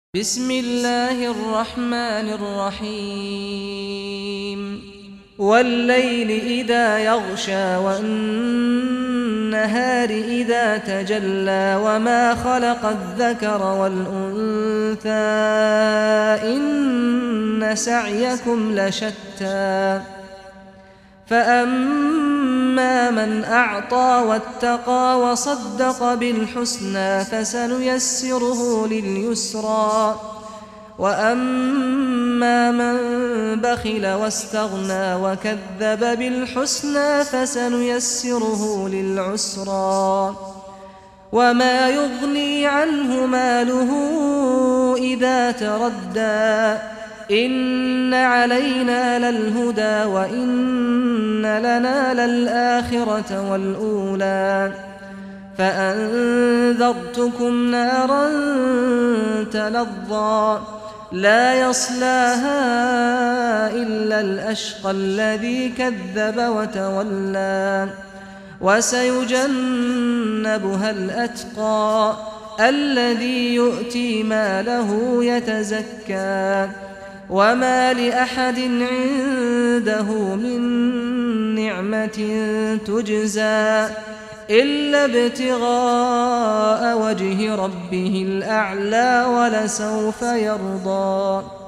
بسم الله الرحمن الرحيم والليل إذا يغشى والنهار إذا تجلى وما خلق الذكر والأنثى إن سعيكم لشتى فأما من أعطى واتقى وصدق بالحسنى فسنيسره لليسرى وأما من بخل واستغنى وكذب بالحسنى فسنيسره للعسرى وما يغني عنه ماله إذا تردى إن علينا للهدى وإن لنا للآخرة والأولى فأنذرتكم نارا تلظى لا يصلاها إلا الأشقى الذي كذب وتولى وسيجنبها الأتقى الذي يؤتي ماله يتزكى وما لأحد عنده من نعمة تجزى إلا ابتغاء وجه ربه الأعلى ولسوف يرضى.